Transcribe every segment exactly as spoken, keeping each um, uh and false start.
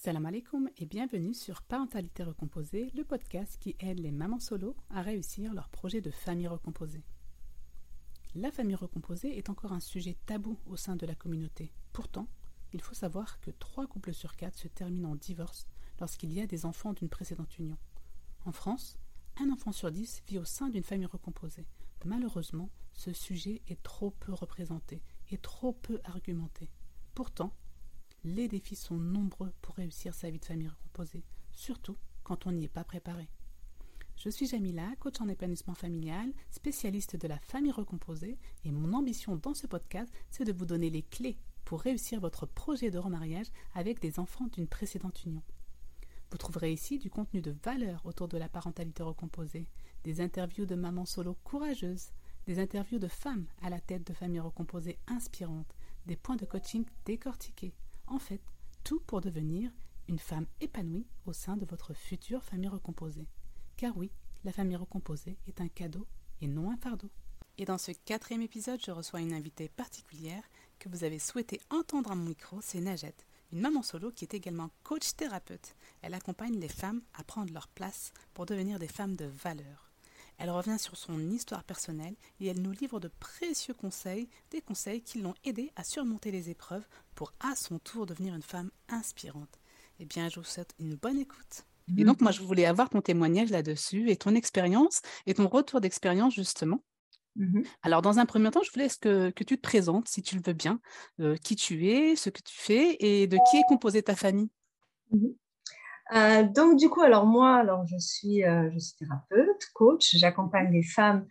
Salam alaikum et bienvenue sur Parentalité Recomposée, le podcast qui aide les mamans solo à réussir leur projet de famille recomposée. La famille recomposée est encore un sujet tabou au sein de la communauté. Pourtant, il faut savoir que trois couples sur quatre se terminent en divorce lorsqu'il y a des enfants d'une précédente union. En France, un enfant sur dix vit au sein d'une famille recomposée. Malheureusement, ce sujet est trop peu représenté et trop peu argumenté. Pourtant, les défis sont nombreux pour réussir sa vie de famille recomposée, surtout quand on n'y est pas préparé. Je suis Jamila, coach en épanouissement familial, spécialiste de la famille recomposée, et mon ambition dans ce podcast, c'est de vous donner les clés pour réussir votre projet de remariage avec des enfants d'une précédente union. Vous trouverez ici du contenu de valeur autour de la parentalité recomposée, des interviews de mamans solo courageuses, des interviews de femmes à la tête de familles recomposées inspirantes, des points de coaching décortiqués. En fait, tout pour devenir une femme épanouie au sein de votre future famille recomposée. Car oui, la famille recomposée est un cadeau et non un fardeau. Et dans ce quatrième épisode, je reçois une invitée particulière que vous avez souhaité entendre à mon micro, c'est Najet, une maman solo qui est également coach thérapeute. Elle accompagne les femmes à prendre leur place pour devenir des femmes de valeur. Elle revient sur son histoire personnelle et elle nous livre de précieux conseils, des conseils qui l'ont aidée à surmonter les épreuves pour à son tour devenir une femme inspirante. Eh bien, je vous souhaite une bonne écoute. Et donc, moi, je voulais avoir ton témoignage là-dessus et ton expérience et ton retour d'expérience, justement. Mm-hmm. Alors, dans un premier temps, je voulais que, que tu te présentes, si tu le veux bien, euh, qui tu es, ce que tu fais et de qui est composée ta famille. Mm-hmm. Euh, donc, du coup, alors moi, alors, je, suis, euh, je suis thérapeute, coach. J'accompagne les femmes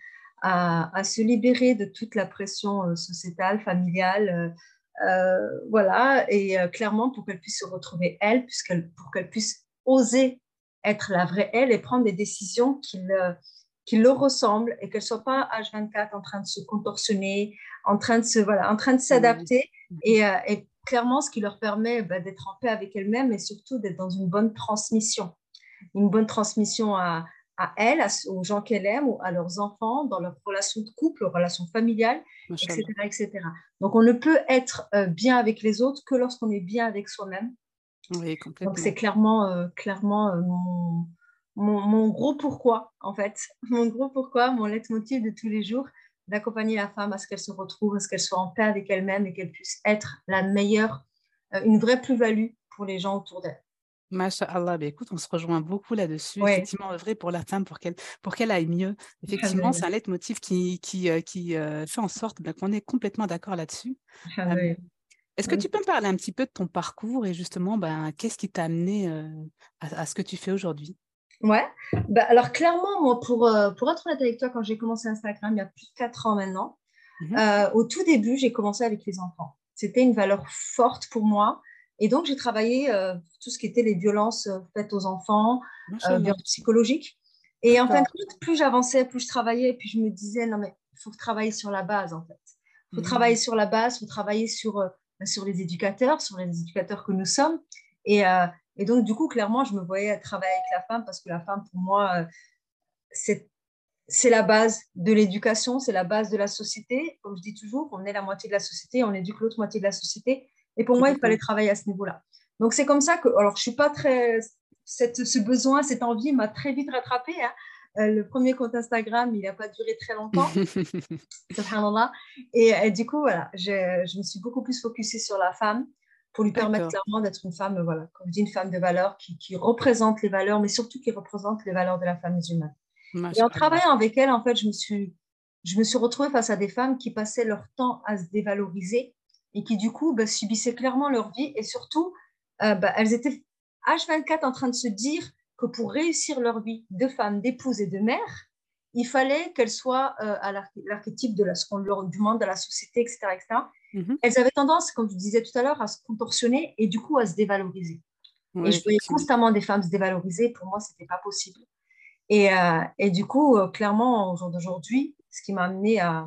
à, à se libérer de toute la pression euh, sociétale, familiale, euh, euh, voilà, et euh, clairement pour qu'elles puissent se retrouver elles, puisqu'elles, pour qu'elles puissent oser être la vraie elle et prendre des décisions qui, le, qui leur ressemblent et qu'elles ne soient pas H vingt-quatre en train de se contorsionner, en train de, se, voilà, en train de s'adapter mmh. et, euh, et clairement, ce qui leur permet bah, d'être en paix avec elles-mêmes et surtout d'être dans une bonne transmission. Une bonne transmission à, à elles, à, aux gens qu'elles aiment, à leurs enfants, dans leurs relations de couple, leurs relations familiales, et cetera, et cetera. Donc, on ne peut être euh, bien avec les autres que lorsqu'on est bien avec soi-même. Oui, complètement. Donc, c'est clairement, euh, clairement euh, mon, mon, mon gros pourquoi, en fait. Mon gros pourquoi, mon leitmotiv de tous les jours, d'accompagner la femme à ce qu'elle se retrouve, à ce qu'elle soit en paix avec elle-même et qu'elle puisse être la meilleure, euh, une vraie plus-value pour les gens autour d'elle. Masha'Allah, bah écoute, on se rejoint beaucoup là-dessus. Ouais. Effectivement, œuvrer pour la femme, pour qu'elle, pour qu'elle aille mieux. Effectivement, c'est un leitmotiv qui, qui, euh, qui euh, fait en sorte bah, qu'on est complètement d'accord là-dessus. Euh, est-ce que tu peux me parler un petit peu de ton parcours et justement, bah, qu'est-ce qui t'a amené euh, à, à ce que tu fais aujourd'hui? Ouais, bah, alors clairement, moi, pour, euh, pour être honnête avec toi, quand j'ai commencé Instagram, il y a plus de quatre ans maintenant, mm-hmm. euh, au tout début, j'ai commencé avec les enfants. C'était une valeur forte pour moi. Et donc, j'ai travaillé euh, tout ce qui était les violences euh, faites aux enfants, euh, violences psychologiques. Et en fin de compte, plus j'avançais, plus je travaillais, puis je me disais, non, mais il faut travailler sur la base, en fait. Il faut mmh. travailler sur la base, il faut travailler sur, euh, sur les éducateurs, sur les éducateurs que nous sommes. Et, euh, et donc, du coup, clairement, je me voyais travailler avec la femme parce que la femme, pour moi, euh, c'est, c'est la base de l'éducation, c'est la base de la société. Comme je dis toujours, on est la moitié de la société, on éduque l'autre moitié de la société. Et pour moi, il fallait travailler à ce niveau-là. Donc, c'est comme ça que, alors, je ne suis pas très, cette, ce besoin, cette envie m'a très vite rattrapée. Hein. Euh, le premier compte Instagram, il n'a pas duré très longtemps. Subhanallah. Et, et du coup, voilà, je, je me suis beaucoup plus focusée sur la femme pour lui permettre D'accord. clairement d'être une femme, voilà, comme je dis, une femme de valeur qui, qui représente les valeurs, mais surtout qui représente les valeurs de la femme musulmane. Et en travaillant avec elle, en fait, je me suis, je me suis retrouvée face à des femmes qui passaient leur temps à se dévaloriser et qui, du coup, bah, subissaient clairement leur vie. Et surtout, euh, bah, elles étaient H vingt-quatre en train de se dire que pour réussir leur vie de femme, d'épouse et de mère, il fallait qu'elles soient euh, à l'archétype de la, ce qu'on leur demande de la société, et cetera, et cetera. Mm-hmm. Elles avaient tendance, comme je disais tout à l'heure, à se contorsionner et du coup à se dévaloriser. Oui, et je voyais constamment des femmes se dévaloriser. Pour moi, ce n'était pas possible. Et, euh, et du coup, euh, clairement, au jour d'aujourd'hui, ce qui m'a amené à,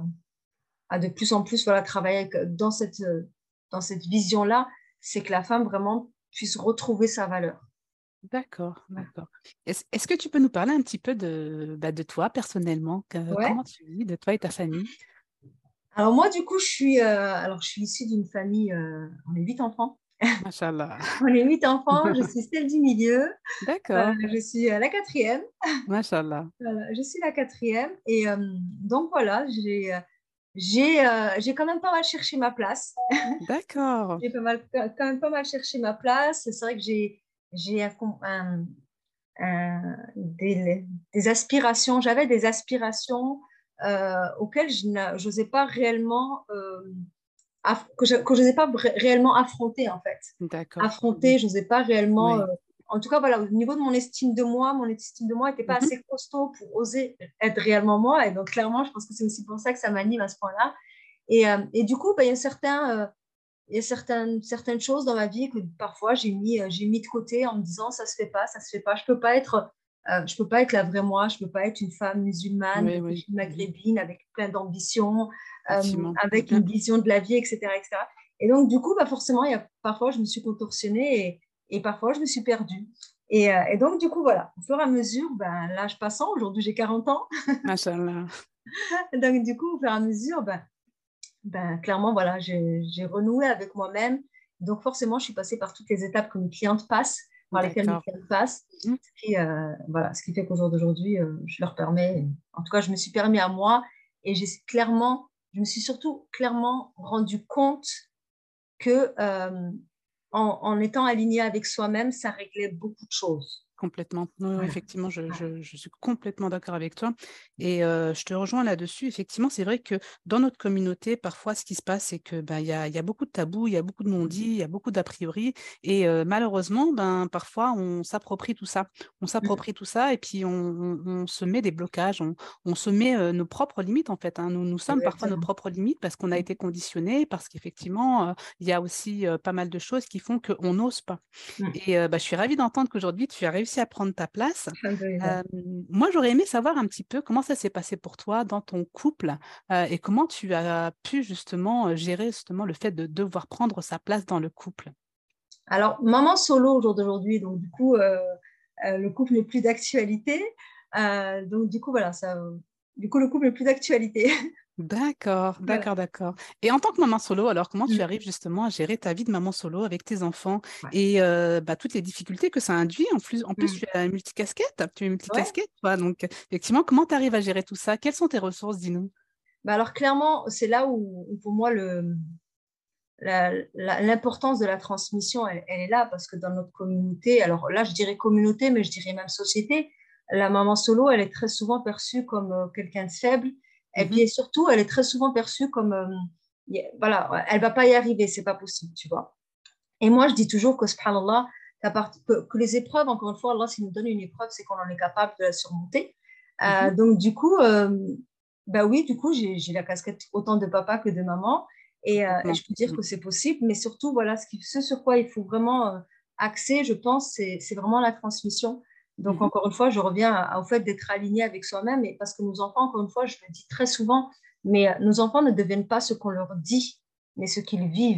à de plus en plus voilà, travailler avec, dans cette, dans cette vision-là, c'est que la femme vraiment puisse retrouver sa valeur. D'accord, d'accord. Est-ce, est-ce que tu peux nous parler un petit peu de, bah, de toi personnellement? Que, ouais. Comment tu vis, de toi et ta famille? Alors moi, du coup, je suis, euh, alors, je suis issue d'une famille, euh, on est huit enfants. Machallah. On est huit enfants, je suis celle du milieu. Euh, D'accord. je suis euh, la quatrième. Machallah. Voilà, je suis la quatrième. Et euh, donc voilà, j'ai, euh, j'ai, euh, j'ai quand même pas mal cherché ma place. D'accord. J'ai pas mal, quand même pas mal cherché ma place. C'est vrai que j'ai, j'ai un, un- un- des, des aspirations, j'avais des aspirations euh, auxquelles je n'osais pas réellement, euh, aff- que je n'osais pas ré- réellement affronter en fait. D'accord. Mhm. Affronter, je n'osais pas réellement. euh, Oui. en tout cas, voilà, au niveau de mon estime de moi, mon estime de moi n'était pas Mhm. assez costaud pour oser être réellement moi. Et donc, clairement, je pense que c'est aussi pour ça que ça m'anime à ce point-là. Et, euh, et du coup, bah, il y a certains, euh, il y a certaines, certaines choses dans ma vie que parfois j'ai mis, euh, j'ai mis de côté en me disant ça se fait pas, ça se fait pas. Je peux pas être, euh, je peux pas être la vraie moi. Je peux pas être une femme musulmane Oui, oui. d'origine Mhm. maghrébine avec plein d'ambition, euh, Effectivement. avec Mhm. une vision de la vie, et cetera, et cetera. Et donc du coup, bah forcément, il y a parfois je me suis contorsionnée et, et parfois je me suis perdue. Et, euh, et donc du coup voilà, au fur et à mesure, ben, l'âge passant, aujourd'hui j'ai quarante ans, Machallah. donc du coup au fur et à mesure, ben, ben, clairement, voilà, j'ai j'ai renoué avec moi-même. Donc, forcément, je suis passée par toutes les étapes que mes clientes passent, par lesquelles mes D'accord. clientes passent. Mhm. Ce qui, euh, voilà, ce qui fait qu'au jour d'aujourd'hui, euh, je leur permets, en tout cas, je me suis permis à moi et j'ai clairement, je me suis surtout clairement rendu compte que euh, en, en étant alignée avec soi-même, ça réglait beaucoup de choses. Complètement. Oui, oui, Voilà. effectivement, je, Ouais. je- je suis complètement d'accord avec toi. Et euh, je te rejoins là-dessus. Effectivement, c'est vrai que dans notre communauté, parfois, ce qui se passe, c'est que ben, il y a, il y a beaucoup de tabous, il y a beaucoup de non-dits, il y a beaucoup d'a priori. Et euh, malheureusement, ben, parfois, on s'approprie tout ça. On s'approprie tout ça et puis on, on- on se met des blocages, on, on se met euh, nos propres limites, en fait, hein. Nous, nous sommes parfois nos Exactement. propres limites parce qu'on a été conditionnés, parce qu'effectivement, euh, il y a aussi euh, pas mal de choses qui font qu'on n'ose pas. Mm. Et euh, bah, je suis ravie d'entendre qu'aujourd'hui, tu as réussi à prendre ta place. Alhamdulillah. Euh, Moi, j'aurais aimé savoir un petit peu comment ça s'est passé pour toi dans ton couple euh, et comment tu as pu justement euh, gérer justement le fait de devoir prendre sa place dans le couple. Alors, maman solo au jour d'aujourd'hui, donc du coup, euh, euh, le couple n'est plus d'actualité. Euh, donc, du coup, voilà, ça, euh, du coup, le couple n'est plus d'actualité. D'accord, Voilà. d'accord, d'accord. Et en tant que maman solo, alors comment tu Mm. arrives justement à gérer ta vie de maman solo avec tes enfants Ouais. et euh, bah, toutes les difficultés que ça induit. En plus, en plus, Mm. tu as une multicasquette, tu es une Ouais. multicasquette, toi. Donc, effectivement, comment tu arrives à gérer tout ça? Quelles sont tes ressources, dis-nous? Bah alors, clairement, c'est là où, où pour moi, le, la- la- l'importance de la transmission, elle, elle est là parce que dans notre communauté, alors là, je dirais communauté, mais je dirais même société, la maman solo, elle est très souvent perçue comme euh, quelqu'un de faible. Et Mhm. puis surtout, elle est très souvent perçue comme, euh, y- voilà, elle va pas y arriver, c'est pas possible, tu vois. Et moi, je dis toujours que, subhanallah, qu'à part- que, que les épreuves, encore une fois, Allah, s'il nous donne une épreuve, c'est qu'on en est capable de la surmonter. Mhm. Euh, donc, du coup, euh, bah oui, du coup, j'ai, j'ai la casquette autant de papa que de maman. Et, euh, et Complètement. je peux dire que c'est possible. Mais surtout, voilà, ce, qui, ce sur quoi il faut vraiment euh, axer, je pense, c'est, c'est vraiment la transmission. Donc, Mhm. encore une fois, je reviens à- au fait d'être aligné avec soi-même. Et parce que nos enfants, encore une fois, je le dis très souvent, mais euh, nos enfants ne deviennent pas ce qu'on leur dit, mais ce qu'ils vivent.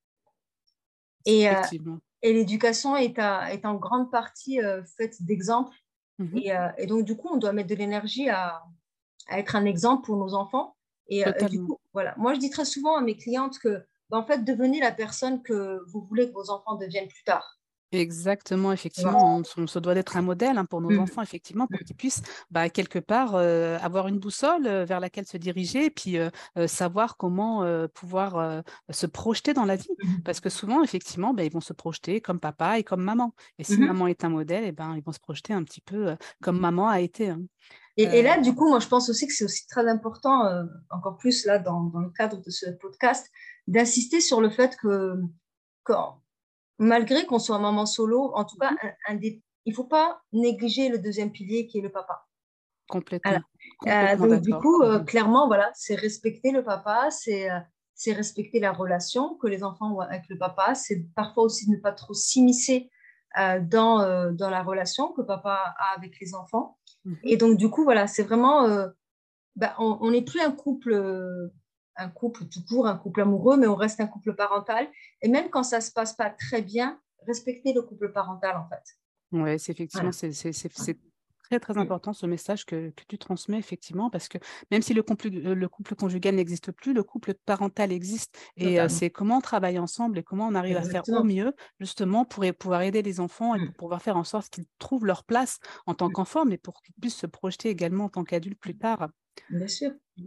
Et, euh, Effectivement. et l'éducation est, à- est en grande partie euh, faite d'exemples. Mhm. Et, euh, et donc, du coup, on doit mettre de l'énergie à, à être un exemple pour nos enfants. Et, euh, du Totalement. coup, voilà. Moi, je dis très souvent à mes clientes que, ben, en fait, devenez la personne que vous voulez que vos enfants deviennent plus tard. Exactement, Tu vois. effectivement, on, se on se doit d'être un modèle hein, pour nos Mhm. enfants, effectivement, pour qu'ils puissent bah, quelque part euh, avoir une boussole euh, vers laquelle se diriger et puis euh, euh, savoir comment euh, pouvoir euh, se projeter dans la vie. Mhm. Parce que souvent, effectivement, bah, ils vont se projeter comme papa et comme maman. Et si Mhm. maman est un modèle, eh ben, ils vont se projeter un petit peu euh, comme maman a été, hein. Et, et Euh, là, du coup, moi, je pense aussi que c'est aussi très important, euh, encore plus là, dans, dans le cadre de ce podcast, d'insister sur le fait que, que malgré qu'on soit maman solo, en tout cas, mhm, un, un des, il ne faut pas négliger le deuxième pilier qui est le papa. Voilà. complètement, Euh, complètement donc, du d'accord. coup, euh, Mhm. clairement, voilà, c'est respecter le papa, c'est euh, c'est respecter la relation que les enfants ont avec le papa, c'est parfois aussi ne pas trop s'immiscer euh, dans, euh, dans la relation que papa a avec les enfants. Mhm. Et donc, du coup, voilà, c'est vraiment, euh, ben, on on n'est plus un couple, euh, un couple tout court, un couple amoureux, mais on reste un couple parental. Et même quand ça ne se passe pas très bien, respecter le couple parental, en fait. Ouais, c'est effectivement, Voilà. c'est c'est- c'est- c'est très, très important ce message que, que tu transmets effectivement, parce que même si le couple, le couple conjugal n'existe plus, le couple parental existe. Et euh, Totalement. c'est comment on travaille ensemble et comment on arrive à faire au Exactement. mieux, justement, pour e- pouvoir aider les enfants et Mm. pour pouvoir faire en sorte qu'ils trouvent leur place en tant Mm. qu'enfants, mais pour qu'ils puissent se projeter également en tant qu'adultes plus tard. Bien sûr.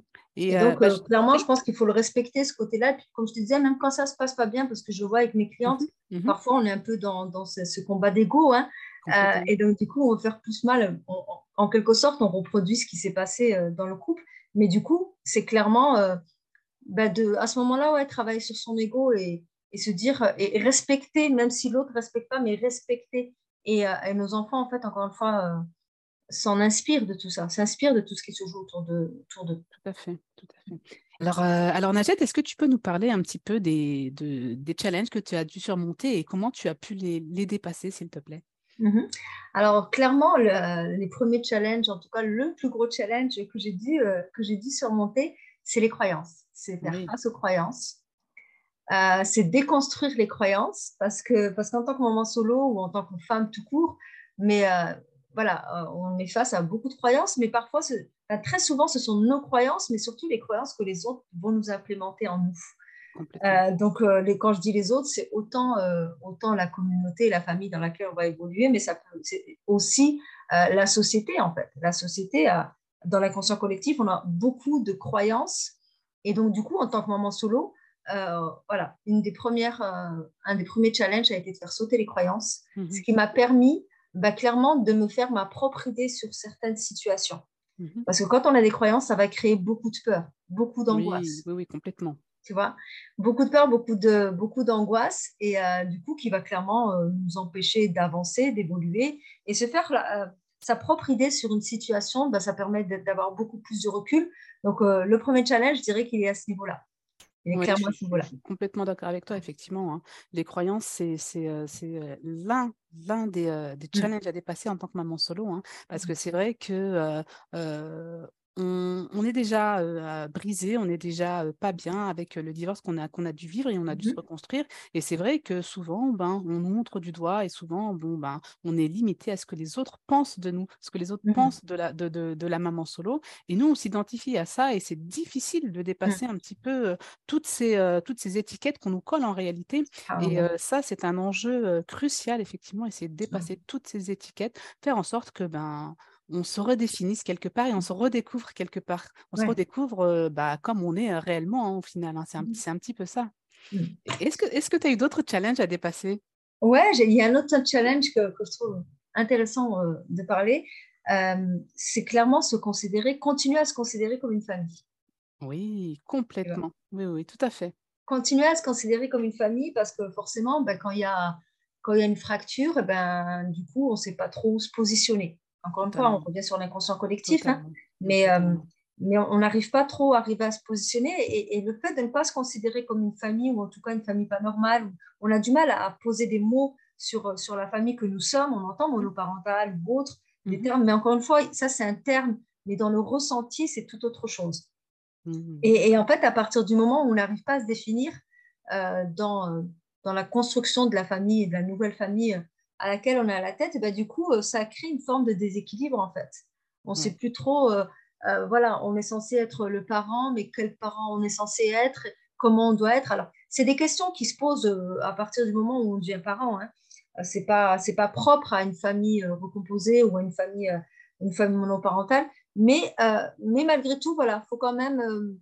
Et Et euh, donc, bah, euh, je- clairement, je oui. pense qu'il faut le respecter, ce côté-là. Puis, comme je te disais, même quand ça se passe pas bien, parce que je vois avec mes clientes, Mhm, mhm, parfois, on est un peu dans, dans ce, ce combat d'ego, hein. Euh, complètement. et donc, du coup, on va faire plus mal. On- on- en quelque sorte, on reproduit ce qui s'est passé euh, dans le couple. Mais du coup, c'est clairement, euh, bah, de, à ce moment-là, ouais, travailler sur son ego et, et se dire, euh, et, et respecter, même si l'autre ne respecte pas, mais respecter. Et, euh, et nos enfants, en fait, encore une fois, euh, s'en inspirent de tout ça, s'inspirent de tout ce qui se joue autour de, autour d'eux. Tout à fait, tout à fait. Alors, euh, alors Najat, est-ce que tu peux nous parler un petit peu des, de- des challenges que tu as dû surmonter et comment tu as pu les, les dépasser, s'il te plaît? Mhm. Alors, clairement, le- les premiers challenges, en tout cas, le plus gros challenge que j'ai dû, euh, que j'ai dû surmonter, c'est les croyances. C'est faire Oui. face aux croyances. Euh, c'est déconstruire les croyances parce que, parce qu'en tant que maman solo ou en tant que femme tout court, mais euh, voilà, euh, on est face à beaucoup de croyances, mais parfois, ce- enfin, très souvent, ce sont nos croyances, mais surtout les croyances que les autres vont nous implémenter en nous. Complètement. Euh, donc, euh, les, quand je dis les autres, c'est autant, euh, autant la communauté et la famille dans laquelle on va évoluer, mais ça peut, c'est aussi euh, la société, en fait. La société, a- dans l'inconscient collectif, on a beaucoup de croyances. Et donc, du coup, en tant que maman solo, euh, voilà, une des premières, euh, un des premiers challenges a été de faire sauter les croyances, ce Mhm, qui m'a permis bah, clairement de me faire ma propre idée sur certaines situations. mhm. Parce que quand on a des croyances, ça va créer beaucoup de peur, beaucoup Oui, d'angoisse, oui, oui, complètement. tu vois, beaucoup de peur, beaucoup de, beaucoup d'angoisse, et euh, du coup, qui va clairement euh, nous empêcher d'avancer, d'évoluer, et se faire euh, sa propre idée sur une situation, bah, ça permet d'avoir beaucoup plus de recul. Donc, euh, le premier challenge, je dirais qu'il est à ce niveau-là. Il est Oui, clairement je, à ce je- je niveau-là. suis complètement d'accord avec toi, effectivement, hein. Les croyances, c'est, c'est, euh, c'est euh, l'un, l'un des, euh, des Mm. challenges à dépasser en tant que maman solo, hein, parce que c'est vrai que euh, euh, on, on est déjà euh, brisé, on est déjà euh, pas bien avec le divorce qu'on a, qu'on a dû vivre et on a dû se Mhm. reconstruire. Et c'est vrai que souvent, ben, on nous montre du doigt et souvent, bon, ben, on est limité à ce que les autres pensent de nous, ce que les autres Mhm. pensent de la, de, de, de la maman solo. Et nous, on s'identifie à ça et c'est difficile de Mm. dépasser un petit peu euh, toutes ces, euh, toutes ces étiquettes qu'on nous colle en réalité. Et Carrément. euh, ça, c'est un enjeu euh, crucial, effectivement, essayer de Mm. dépasser toutes ces étiquettes, faire en sorte que ben, on se redéfinisse quelque part et on se redécouvre quelque part. On se Ouais. redécouvre euh, bah, comme on est euh, réellement, hein, au final, hein. C'est un, Mm. c'est un petit peu ça. Mm. Est-ce que est-ce que tu as eu d'autres challenges à dépasser? Ouais, j'ai- il y a un autre challenge que, que je trouve intéressant euh, de parler. Euh, c'est clairement se considérer, continuer à se considérer comme une famille. Oui, Tu vois. complètement. Oui, oui, tout à fait. Continuer à se considérer comme une famille parce que forcément, ben, quand il y a, quand il y a une fracture, eh ben, du coup, on ne sait pas trop où se positionner. Encore une fois, on Totalement. revient sur l'inconscient collectif, hein, Totalement. mais, euh, Totalement. mais on n'arrive pas trop à arriver à se positionner. Et, et le fait de ne pas se considérer comme une famille, ou en tout cas une famille pas normale, où on a du mal à poser des mots sur, sur la famille que nous sommes, on entend Mhm, monoparentale ou autre, des mhm, termes, mais encore une fois, ça c'est un terme, mais dans le ressenti, c'est tout autre chose. mhm. Et, et en fait, à partir du moment où on n'arrive pas à se définir euh, dans, euh, dans la construction de la famille et de la nouvelle famille euh, à laquelle on est à la tête, et ben, du coup, euh, ça crée une forme de déséquilibre en fait. On ne sait Ouais. plus trop, euh, euh, voilà, on est censé être le parent, mais quel parent on est censé être, comment on doit être. Alors, c'est des questions qui se posent euh, à partir du moment où on devient parent, hein. Euh, C'est pas, c'est pas propre à une famille euh, recomposée ou à une famille, euh, une famille monoparentale. Mais, euh, mais malgré tout, voilà, faut quand même euh,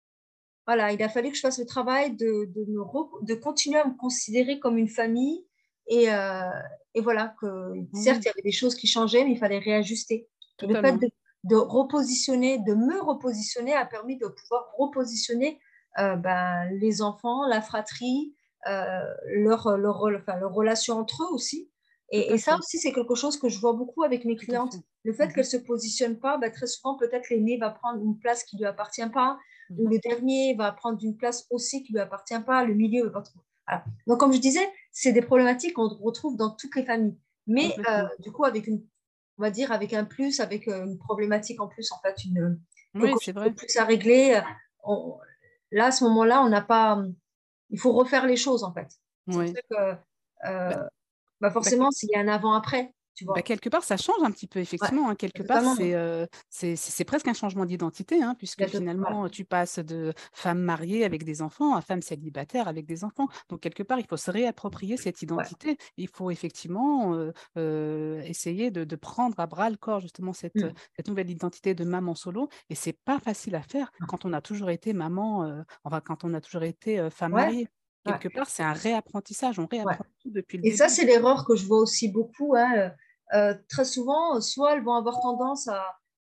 voilà, il a fallu que je fasse le travail de, de, me re- de continuer à me considérer comme une famille. Et, euh, et voilà, que certes, il Oui, y avait des choses qui changeaient, mais il fallait réajuster. Et le fait totalement. de, de repositionner, de me repositionner, a permis de pouvoir repositionner euh, ben, les enfants, la fratrie, euh, leur, leur, rela- enfin, leur relation entre eux aussi. Tout Et, et à ça fait. aussi, c'est quelque chose que je vois beaucoup avec mes Tout à clientes. fait. Le fait qu'elles Mhm, ne se positionnent pas, ben, très souvent, peut-être l'aîné va prendre une place qui ne lui appartient pas, ou mhm. le dernier va prendre une place aussi qui ne lui appartient pas, le milieu va pas trop. Voilà. Donc, comme je disais, c'est des problématiques qu'on retrouve dans toutes les familles. Mais euh, Complètement. du coup, avec une, on va dire, avec un plus, avec euh, une problématique en plus, en fait, une, quelque Oui, c'est chose de vrai. plus à régler. euh, on- là, à ce moment-là, on n'a pas. Il faut refaire les choses, en fait. C'est pour Oui. ça que, Bah, euh, bah bah, forcément, s'il y a un avant-après. tu Bah, vois. quelque part, ça change un petit peu, Ouais, effectivement, hein. Quelque part, totalement, c'est, heu, c'est c'est c'est presque un changement d'identité, hein, puisque bien tot voilà, finalement, tu passes de femme mariée avec des enfants à femme célibataire avec des enfants. Donc quelque part, il faut se réapproprier cette ouais, identité. Il faut effectivement, heu heu, essayer de de prendre à bras le corps justement cette, mmh, cette nouvelle identité de maman solo et c'est pas facile à faire non, quand on a toujours été maman, heu, enfin quand on a toujours été, heu, femme ouais, mariée. ouais, Quelque part, c'est un réapprentissage, on ouais. réapprend tout depuis le Et ça, début. c'est l'erreur que je vois aussi beaucoup, hein, heu heu, très souvent, euh, soit elles vont avoir tendance à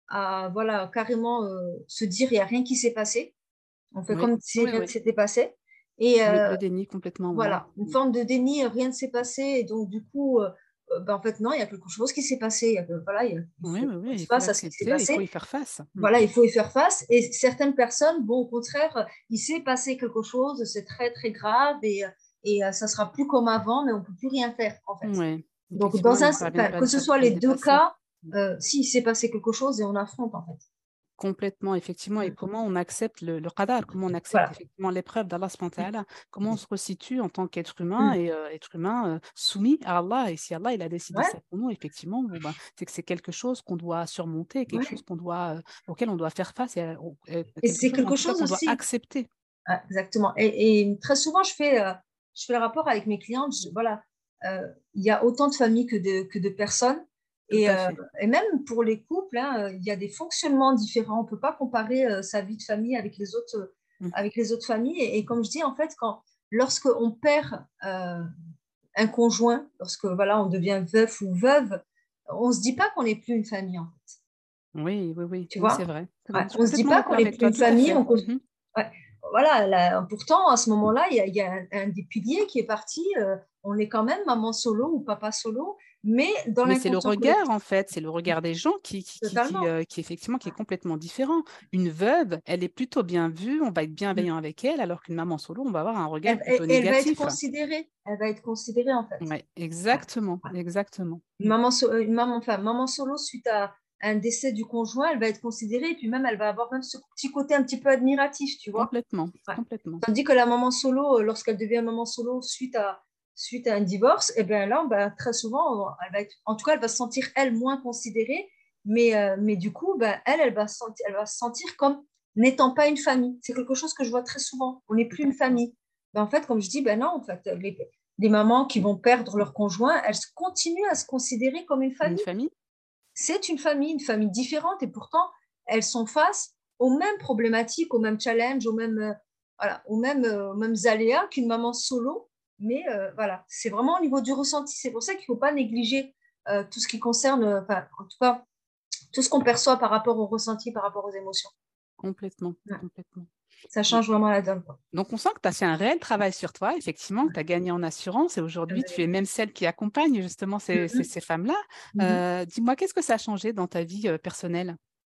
à voilà, carrément, heu, se dire: «Il y a rien qui s'est passé». On fait Oui, comme si oui, rien ne oui. s'était passé et Le heu, le déni complètement, ouais. voilà, une Mmh. forme de déni, heu, rien ne s'est passé et donc du coup, heu heu, bah, en fait, non, il y a quelque chose qui s'est passé. Il y a que voilà, il y a il Oui, faut oui, faire oui, il faut face à ce qui s'est l'accepter, il faut passé. y faire face. Mmh. Voilà, il faut y faire face et certaines personnes, bon, au contraire, il s'est passé quelque chose, c'est très, très grave et heu et heu, ça sera plus comme avant, mais on peut plus rien faire, en fait. Ouais, Donc effectivement, dans ils un ne parviennent enfin, pas à que le ce faire soit à le les deux dépasser. cas, Mmh. heu, si, il s'est passé quelque chose et on affronte, en fait. Complètement, effectivement et Mmh. comment on accepte le le qadar, comment on accepte Voilà. effectivement l'épreuve d'Allah subhanahu wa Mmh. ta'ala, comment on se resitue en tant qu'être humain Mmh. et heu, être humain, heu, soumis à Allah et si Allah, il a décidé Ouais, ça pour nous, effectivement, bon, ben, c'est que c'est quelque chose qu'on doit surmonter, quelque chose ouais qu'on doit, heu, auquel on doit faire face et heu, au et et quelque c'est chose en quelque tout cas chose qu'on doit aussi accepter. ouais, exactement et et très souvent, je fais, heu, je fais le rapport avec mes clientes, je voilà, heu, il y a autant de familles que de que de personnes Tout et à heu fait. et même pour les couples, hein, heu, il y a des fonctionnements différents. On ne peut pas comparer, heu, sa vie de famille avec les autres, heu, Mmh. avec les autres familles et et comme je dis, en fait, quand lorsqu'on perd, heu, un conjoint, lorsque, voilà, on devient veuf ou veuve, on ne se dit pas qu'on n'est plus une famille, en fait, Oui, oui, oui, tu oui, c'est vois? vrai, c'est vrai. Ouais, Je suis on ne se dit complètement pas d'accord qu'on n'est avec plus toi, une tout à famille, fait. on cons Mmh. ouais, voilà, là, pourtant, à ce moment-là, il y a, il y a un, un des piliers qui est parti. Euh, on est quand même maman solo ou papa solo, mais dans Mais c'est le l'inconscient regard, collectif, en fait, c'est le regard des gens qui qui qui qui, totalement. heu, qui effectivement qui est complètement différent. Une veuve, elle est plutôt bien vue, on va être Mm. bienveillant avec elle, alors qu'une maman solo, on va avoir un Elle, regard elle- plutôt elle va être négatif. considérée. Elle va être considérée, en fait. Ouais, Ouais, exactement, ouais. exactement. Une Mmh. maman, so- euh, une maman, enfin, maman solo suite à un décès du conjoint, elle va être considérée et puis même, elle va avoir même ce petit côté un petit peu admiratif, tu vois. Complètement, Ouais. complètement. Tandis que la maman solo, euh, lorsqu'elle devient maman solo suite à, suite à un divorce, eh bien là, ben, très souvent, elle va être, en tout cas, elle va se sentir, elle, moins considérée. Mais, euh, mais du coup, ben, elle, elle va, se sentir, elle va se sentir comme n'étant pas une famille. C'est quelque chose que je vois très souvent. On n'est plus une D'accord. famille. Ben, en fait, comme je dis, ben non, en fait, les, les mamans qui vont perdre leur conjoint, elles continuent à se considérer comme une Une famille. famille? C'est une famille, une famille différente et pourtant, elles sont face aux mêmes problématiques, aux mêmes challenges, aux mêmes, euh, voilà, aux mêmes, euh, aux mêmes aléas qu'une maman solo. Mais euh, voilà, c'est vraiment au niveau du ressenti. C'est pour ça qu'il ne faut pas négliger euh, tout ce qui concerne, euh, enfin, en tout cas, tout ce qu'on perçoit par rapport au ressenti, par rapport aux émotions. Complètement, Ouais. complètement. Ça Et change vraiment la donne, quoi. donc on sent que tu as fait un réel travail sur toi, effectivement, que tu as gagné en assurance et aujourd'hui, tu es même celle qui accompagne justement ces ces Mhm. ces femmes-là. Mhm. Heu, dis-moi, qu'est-ce que ça a changé dans ta vie, heu, personnelle?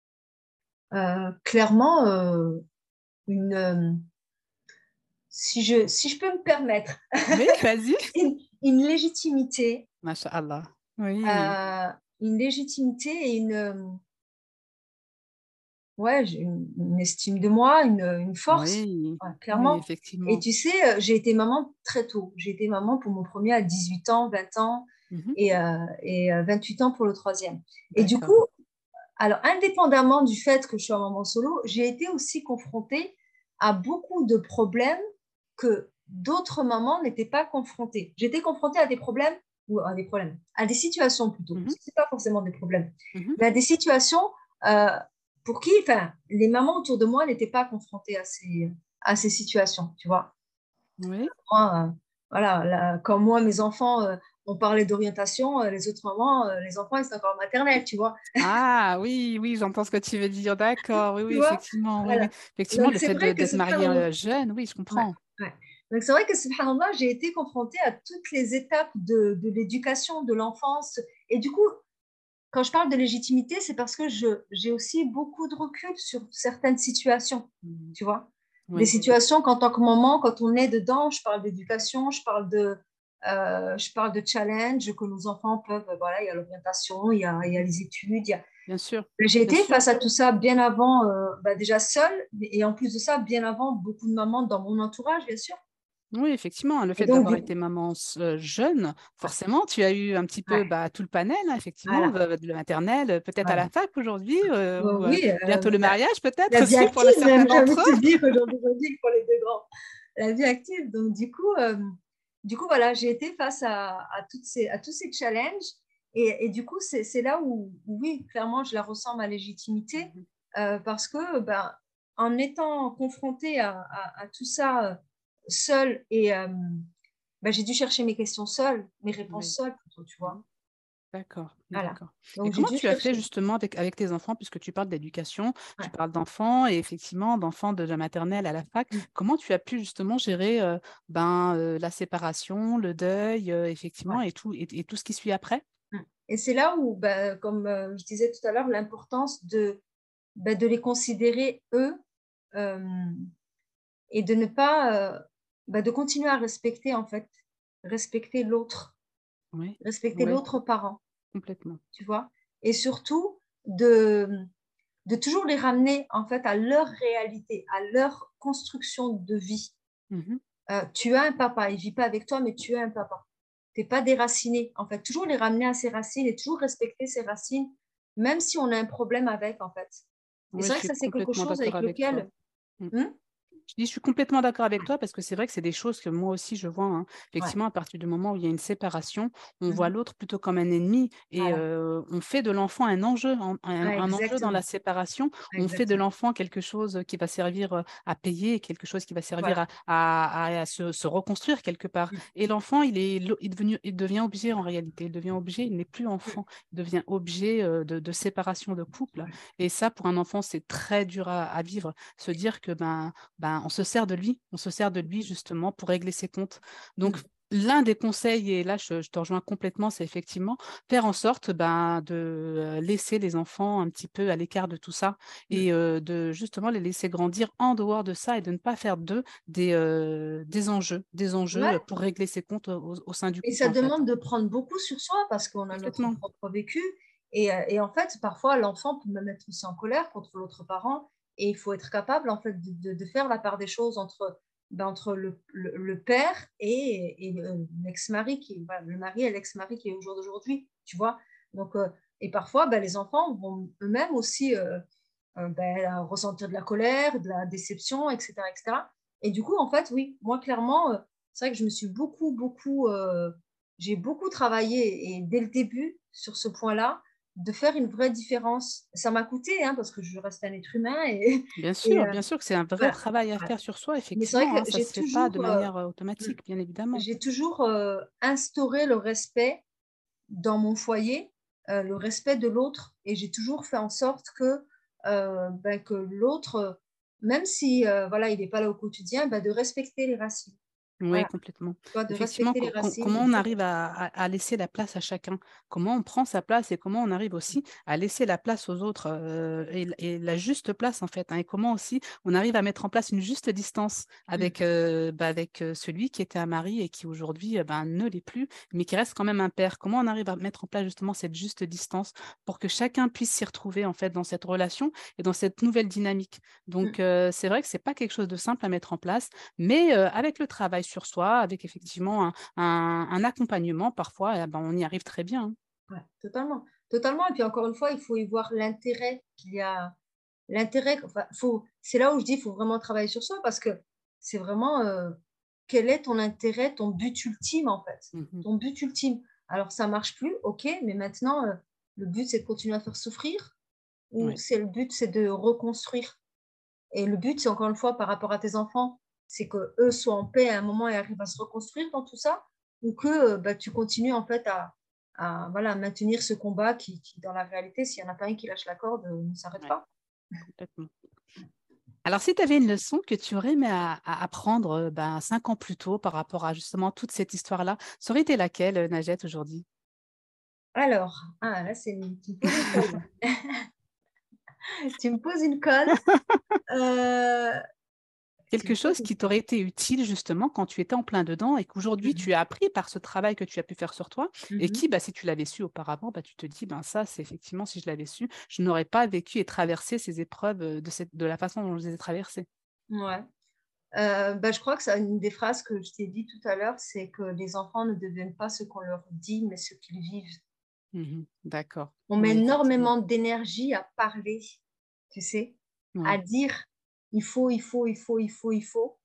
Euh, clairement, euh, une, euh, si je, si je peux me permettre, Oui, vas-y. une, une légitimité Masha'Allah. Oui, euh, une légitimité et une, euh, ouais, j'ai une, une estime de moi, une, une force, oui, ouais, oui, clairement. Et effectivement. tu sais, euh, j'ai été maman très tôt. J'ai été maman pour mon premier à dix-huit ans, vingt ans Mmh. et, euh, et euh, vingt-huit ans pour le troisième. Et du coup, D'accord. alors indépendamment du fait que je sois maman solo, j'ai été aussi confrontée à beaucoup de problèmes que d'autres mamans n'étaient pas confrontées. J'étais confrontée à des problèmes, ou à des problèmes, à des situations plutôt, Mmh parce mh. que ce pas forcément des problèmes, Mmh. mais à des situations euh, pour qui, enfin, les mamans autour de moi n'étaient pas confrontées à ces, à ces situations, tu vois. Oui. Moi, euh, voilà, là, quand moi, mes enfants, euh, on parlait d'orientation, euh, les autres mamans, euh, les enfants, ils étaient encore maternels, tu vois. Ah oui, oui, j'entends ce que tu veux dire. D'accord, oui, Tu oui, vois, effectivement, oui, oui. voilà. Effectivement, Donc, le c'est fait de vrai que d'être mariée, subhanallah, heu, jeune, oui, je ouais, comprends. ouais. Donc, c'est vrai que subhanallah, j'ai été confrontée à toutes les étapes de, de l'éducation, de l'enfance. Et du coup, quand je parle de légitimité, c'est parce que je, j'ai aussi beaucoup de recul sur certaines situations, Mmh. tu vois. Des Oui, situations qu'en tant que maman, quand on est dedans, je parle d'éducation, je parle de, euh, je parle de challenge que nos enfants peuvent, voilà, il y a l'orientation, il y a, il y a les études, il y a bien sûr, j'ai bien été sûr. face à tout ça bien avant, euh, bah déjà seule, et en plus de ça, bien avant beaucoup de mamans dans mon entourage, bien sûr. Oui, effectivement, le Et fait donc, d'avoir du été coup, maman s- euh, jeune, ouais, forcément, tu as eu un petit peu ouais, bah, tout le panel, hein, effectivement, voilà, de, de la maternelle, euh, peut-être à voilà. la fac aujourd'hui, euh, Euh, ou euh, oui, bientôt euh, le la, mariage, la peut-être vie aussi pour le- active certains même, j'ai envie d'entre de te eux. dire aujourd'hui, aujourd'hui pour les deux grands. La vie active. Donc, du coup, euh, du coup voilà, j'ai été face à, à, toutes ces, à tous ces challenges. Et, et du coup, c'est c'est là où, où, oui, clairement, je la ressens, ma légitimité, Mhm. euh, parce que ben, en étant confrontée à, à, à tout ça euh, seule, et euh, ben, j'ai dû chercher mes questions seule, mes réponses Oui. seules plutôt, tu Mhm. vois. D'accord, Voilà. d'accord. Et Donc, j'ai comment dû tu as fait chercher. justement avec, avec tes enfants, puisque tu parles d'éducation, tu Ouais. parles d'enfants et effectivement d'enfants de la maternelle à la fac, Mm. comment tu as pu justement gérer euh, ben, euh, la séparation, le deuil, euh, effectivement, Ouais. et tout, et, et tout ce qui suit après? Mm. Et c'est là où, ben, comme euh, je disais tout à l'heure, l'importance de, ben, de les considérer eux, euh, et de ne pas, euh, ben, de continuer à respecter en fait, respecter l'autre, Oui, respecter oui, l'autre parent, complètement. tu vois. Et surtout de, de toujours les ramener en fait à leur réalité, à leur construction de vie. Mhm. Euh, tu as un papa, il ne vit pas avec toi, mais tu as un papa. Tu n'es pas déraciné. En fait, toujours les ramener à ses racines et toujours respecter ses racines, même si on a un problème avec, en fait. Et Oui, c'est je vrai que suis ça, c'est quelque complètement chose d'accord avec avec toi. lequel... Mm. Hum. Je dis, je suis complètement d'accord avec toi parce que c'est vrai que c'est des choses que moi aussi je vois, hein. Ouais. Effectivement, à partir du moment où il y a une séparation, on voit Mhm. l'autre plutôt comme un ennemi et Voilà. euh, on fait de l'enfant un enjeu, un, un- Ouais, un enjeu dans la exactement. séparation. On fait de Exactement. l'enfant quelque chose qui va servir euh, à payer, quelque chose qui va servir à, Voilà. à- à- à se, se reconstruire quelque part. Hum. Et l'enfant, il est, il est devenu, il devient objet en réalité. Il devient objet, il n'est plus Hum. enfant, il devient objet euh, de, de séparation de couple. Ouais. Et ça, pour un enfant, c'est très dur à, à vivre, se dire que ben ben, on se sert de lui, on se sert de lui justement pour régler ses comptes. Donc, Hum. l'un des conseils, et là je, je te rejoins complètement, c'est effectivement faire en sorte ben, de euh, laisser les enfants un petit peu à l'écart de tout ça Hum. et euh, de justement les laisser grandir en dehors de ça et de ne pas faire d'eux des, euh, des enjeux, des enjeux Ouais. pour régler ses comptes au, au sein du Et couple ça en fait. demande de prendre beaucoup sur soi parce qu'on a notre Complètement. propre vécu. Et, euh, et en fait, parfois, l'enfant peut même être aussi en colère contre l'autre parent. Et il faut être capable, en fait, de, de- de faire la part des choses entre, ben, entre le, le- le père et, et le- l'ex-mari, qui, voilà, le mari et l'ex-mari qui est au jour d'aujourd'hui, tu vois. Donc, euh, et parfois, ben, les enfants vont eux-mêmes aussi euh, euh, ben, ressentir de la colère, de la déception, et cetera, et cetera. Et du coup, en fait, oui, moi, clairement, euh, c'est vrai que je me suis beaucoup, beaucoup, euh, j'ai beaucoup travaillé et dès le début sur ce point-là, de faire une vraie différence. Ça m'a coûté, hein, parce que je reste un être humain et, Bien et sûr, euh, bien sûr que c'est un vrai voilà. travail à Voilà. faire sur soi, Mais c'est vrai effectivement, hein, que ça ne j'ai se fait pas de toujours, euh, manière euh, automatique, bien évidemment. j'ai toujours euh, instauré le respect dans mon foyer, euh, le respect de l'autre, et j'ai toujours fait en sorte que, euh, ben, que l'autre, même si euh, voilà, il n'est pas là au quotidien, ben, de respecter les racines. Oui, Voilà, complètement. tu vois, de Effectivement, respecter co- les co- racines, comment de on dire arrive à, à- à laisser la place à chacun? Comment on prend sa place et comment on arrive aussi à laisser la place aux autres euh, et, et la juste place en fait, hein, et comment aussi on arrive à mettre en place une juste distance mm, avec, euh, bah, avec euh, celui qui était un mari et qui aujourd'hui euh, ben, ne l'est plus, mais qui reste quand même un père. Comment on arrive à mettre en place justement cette juste distance pour que chacun puisse s'y retrouver en fait dans cette relation et dans cette nouvelle dynamique. Donc mm. euh, c'est vrai que c'est pas quelque chose de simple à mettre en place. Mais euh, avec le travail sur soi, avec effectivement un, un- un accompagnement, parfois, eh ben, on y arrive très bien, hein. Ouais, totalement. Totalement. Et puis encore une fois, il faut y voir l'intérêt qu'il y a. L'intérêt, enfin, faut, c'est là où je dis qu'il faut vraiment travailler sur soi parce que c'est vraiment euh, quel est ton intérêt, ton but ultime en fait. Mhm. Ton but ultime. Alors ça marche plus, ok, mais maintenant, euh, le but c'est de continuer à faire souffrir ou Ouais, c'est le but c'est de reconstruire. Et le but, c'est encore une fois par rapport à tes enfants, c'est qu'eux soient en paix à un moment et arrivent à se reconstruire dans tout ça, ou que euh, bah, tu continues en fait à, à, voilà, à maintenir ce combat qui, qui, dans la réalité, s'il n'y en a pas un qui lâche la corde, euh, ne s'arrête ouais, pas. complètement. Alors, si tu avais une leçon que tu aurais aimé à, à apprendre euh, ben, cinq ans plus tôt par rapport à justement toute cette histoire-là, ça aurait été laquelle, euh, Najette, aujourd'hui? Alors, ah, là, c'est une- tu me poses une colle. Tu me poses une colle. Euh, tu Quelque me poses chose une qui colle. t'aurait été utile justement quand tu étais en plein dedans et qu'aujourd'hui Mhm. tu as appris par ce travail que tu as pu faire sur toi et Mhm. qui, bah, si tu l'avais su auparavant, bah, tu te dis, ben, ça, c'est effectivement, si je l'avais su, je n'aurais pas vécu et traversé ces épreuves euh, de, cette, de la façon dont je les ai traversées. Ouais. Euh, bah, je crois que c'est une des phrases que je t'ai dit tout à l'heure, c'est que les enfants ne deviennent pas ce qu'on leur dit, mais ce qu'ils vivent. Mmh. D'accord. On met Oui, effectivement. énormément d'énergie à parler, tu sais, à Oui, dire il faut, il faut, il faut, il faut, il faut.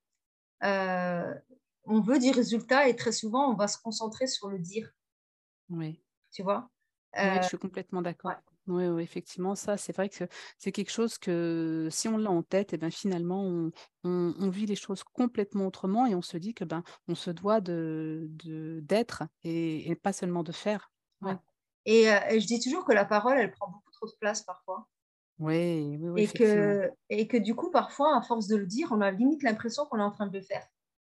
Euh, on veut du résultat et très souvent, on va se concentrer sur le dire, oui. tu vois. Oui, je Euh, suis complètement ouais, d'accord. Oui, oui, effectivement, ça, c'est vrai que c'est quelque chose que si on l'a en tête, et ben finalement, on, on- on vit les choses complètement autrement et on se dit que ben on se doit de, de- d'être et, et pas seulement de faire. ouais. Oui, Et, euh, et je dis toujours que la parole, elle prend beaucoup trop de place parfois. oui, oui, oui, Et effectivement. que, et que du coup, parfois, à force de le dire, on a limite l'impression qu'on est en train de le faire.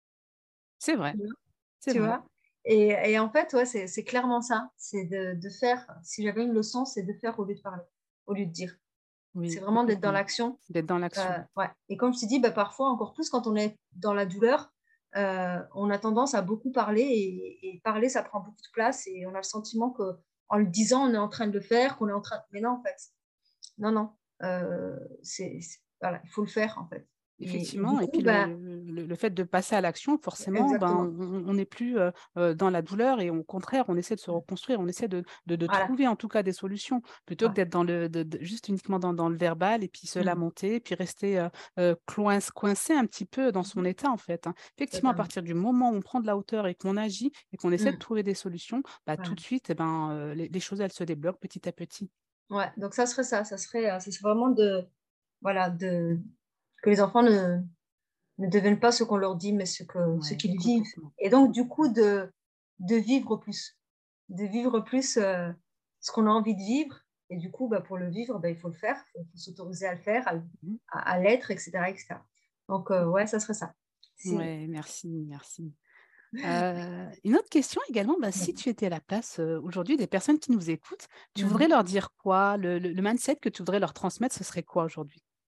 C'est vrai, Tu vois? c'est Tu vrai. vois. Et, et en fait, ouais, c'est c'est clairement ça. C'est de, de faire, si j'avais une leçon, c'est de faire au lieu de parler, au lieu de dire. C'est Oui, vraiment d'être dans complètement. l'action. D'être dans l'action. Euh, ouais. Et comme je t'ai dit, bah, parfois, encore plus quand on est dans la douleur, euh, on a tendance à beaucoup parler et, et parler, ça prend beaucoup de place et on a le sentiment que en le disant, on est en train de le faire, qu'on est en train. Mais non, en fait, non, non. Euh, c'est, c'est- voilà, il faut le faire en fait. Et, et du Effectivement, et coup, puis le, ben, le, le fait de passer à l'action, forcément, ben, exactement. on on n'est plus euh, euh, dans la douleur et au contraire, on essaie de se reconstruire, on essaie de, de, de Voilà. trouver en tout cas des solutions, plutôt que Ouais. d'être dans le, de- de- juste uniquement dans, dans le verbal et puis se Mm. lamenter, puis rester euh, euh, coince- coincé un petit peu dans son Mhm. état en fait, hein. Effectivement, à Totalement. partir du moment où on prend de la hauteur et qu'on agit et qu'on essaie de Mm. trouver des solutions, bah, tout Voilà. de suite, eh ben, euh, les, les choses, elles se débloquent petit à petit. Ouais. Donc ça serait ça. Ça serait, euh, ça serait vraiment de, voilà, de, que les enfants ne, ne deviennent pas ce qu'on leur dit, mais ce que, ce Ouais, qu'ils vivent. complètement. Et donc, du coup, Complètement. de, de vivre plus. De vivre plus euh, ce qu'on a envie de vivre. Et du coup, bah, pour le vivre, bah, il faut le faire. Il faut, faut s'autoriser à le faire, à, Mhm. à, à l'être, et cetera, et cetera. Donc, euh, ouais, ça serait ça. Si... Ouais, merci, merci. Euh, une autre question également, bah, si Mhm. tu étais à la place euh, aujourd'hui des personnes qui nous écoutent, tu voudrais Mhm. leur dire quoi? Le, le- le mindset que tu voudrais leur transmettre, ce serait quoi aujourd'hui?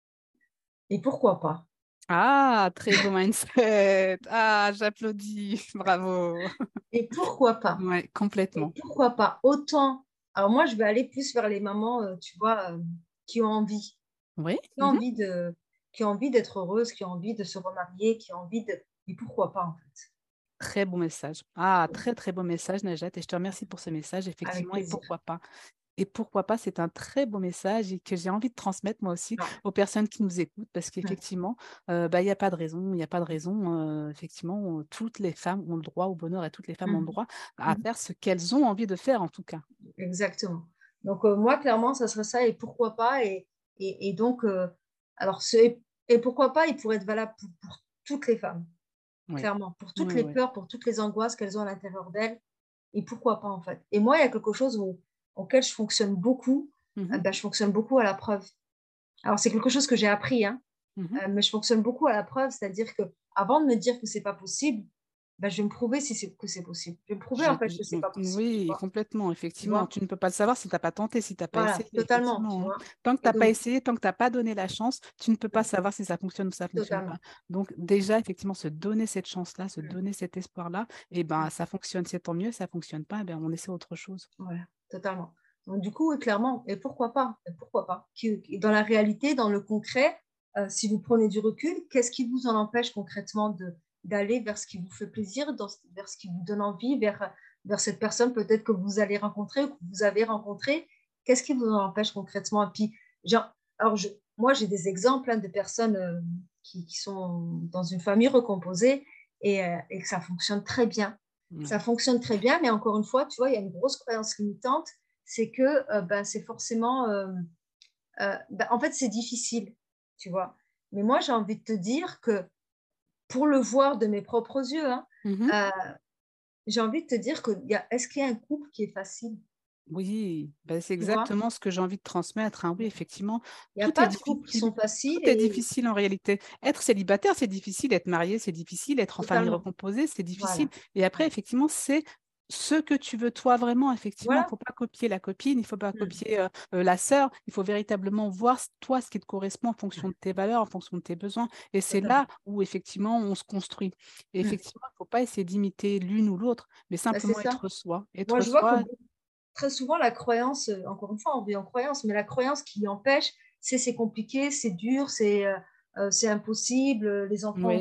Et pourquoi pas? Ah, très beau mindset. Ah, j'applaudis. Bravo. Et pourquoi pas? Ouais, Et complètement. pourquoi pas autant. Alors moi, je vais aller plus vers les mamans, euh, tu vois, euh, qui ont envie, Oui. qui ont Mhm. envie de, qui ont envie d'être heureuses, qui ont envie de se remarier, qui ont envie de. Et pourquoi pas en fait? Très beau message. Ah, très, très beau message, Najat. Et je te remercie pour ce message, Avec effectivement. Et plaisir. pourquoi pas? Et pourquoi pas, c'est un très beau message et que j'ai envie de transmettre moi aussi Ouais. aux personnes qui nous écoutent parce Mm. qu'effectivement, euh, bah, il n'y a pas de raison, il n'y a pas de raison. Euh, effectivement, euh, toutes les femmes ont le droit au bonheur et toutes les femmes ont le Mm. droit à Mm. faire ce qu'elles ont envie de faire en tout cas. Exactement. Donc euh, moi, clairement, ça serait ça. Et pourquoi pas? Et, et, et donc, euh, alors, ce, et, et pourquoi pas, il pourrait être valable pour, pour toutes les femmes, Oui, clairement, pour toutes oui, les oui. peurs, pour toutes les angoisses qu'elles ont à l'intérieur d'elles. Et pourquoi pas, en fait. Et moi, il y a quelque chose où, auquel je fonctionne beaucoup. Euh, Mhm, ben, je fonctionne beaucoup à la preuve. Alors, c'est quelque chose que j'ai appris, hein, mhm. euh, mais je fonctionne beaucoup à la preuve, c'est-à-dire que avant de me dire que c'est pas possible, ben, je vais me prouver si c'est, que c'est possible. Je vais me prouver, Je- en fait, je- que c'est pas possible, tu oui, vois. complètement, Tu effectivement. vois. Tu ne peux pas le savoir si tu n'as pas tenté, si tu n'as pas Voilà, essayé, totalement, tu effectivement, hein. vois. Tant que tu Et n'as pas donc, essayé, tant que tu n'as pas donné la chance, tu ne peux pas mm, savoir si ça fonctionne ou ça ne fonctionne pas. totalement. Donc déjà, effectivement, se donner cette chance-là, se Mm, donner cet espoir-là, et ben mm, ça fonctionne, c'est tant mieux, ça fonctionne pas, eh ben, on essaie autre chose. voilà, totalement. Donc, du coup, oui, clairement, et pourquoi pas? Et pourquoi pas? Qui- qui- Dans la réalité, dans le concret, euh, si vous prenez du recul, qu'est-ce qui vous en empêche concrètement de, d'aller vers ce qui vous fait plaisir, dans- vers ce qui vous donne envie, vers, vers cette personne peut-être que vous allez rencontrer ou que vous avez rencontré? Qu'est-ce qui vous en empêche concrètement? Et puis, genre, alors je, moi, j'ai des exemples hein, de personnes euh, qui, qui sont dans une famille recomposée et, euh, et que ça fonctionne très bien. Ça Ouais. fonctionne très bien, mais encore une fois, tu vois, il y a une grosse croyance limitante, c'est que euh, ben, c'est forcément, euh, euh, ben, en fait, c'est difficile, tu vois. Mais moi, j'ai envie de te dire que pour le voir de mes propres yeux, hein, Mhm. euh, j'ai envie de te dire que y a, est-ce qu'il y a un couple qui est facile, Oui, ben, c'est tu vois? exactement ce que j'ai envie de transmettre, hein. Oui, effectivement, Il n'y a tout est pas de couples qui difficile. sont faciles Tout est et difficile en réalité. Être célibataire, c'est difficile. Être marié, c'est difficile. Être en famille totalement. recomposée, c'est difficile. Voilà. Et après, Ouais. effectivement, c'est ce que tu veux toi vraiment. Effectivement, il ne Voilà. faut pas copier la copine, il ne faut pas Mm. copier euh, euh, la sœur. Il faut véritablement voir s- toi ce qui te correspond en fonction de Ouais. tes valeurs, en fonction de tes besoins. Et c'est là Totalement. où effectivement on se construit. Et Mm. effectivement, il ne faut pas essayer d'imiter l'une ou l'autre, mais Ben, c'est simplement ça. être soi. Moi, Être je vois que soi. très souvent, la croyance, euh, encore une fois, on vit en croyance, mais la croyance qui empêche, c'est c'est compliqué, c'est dur, c'est euh, euh, c'est impossible, euh, les enfants, Oui. voilà,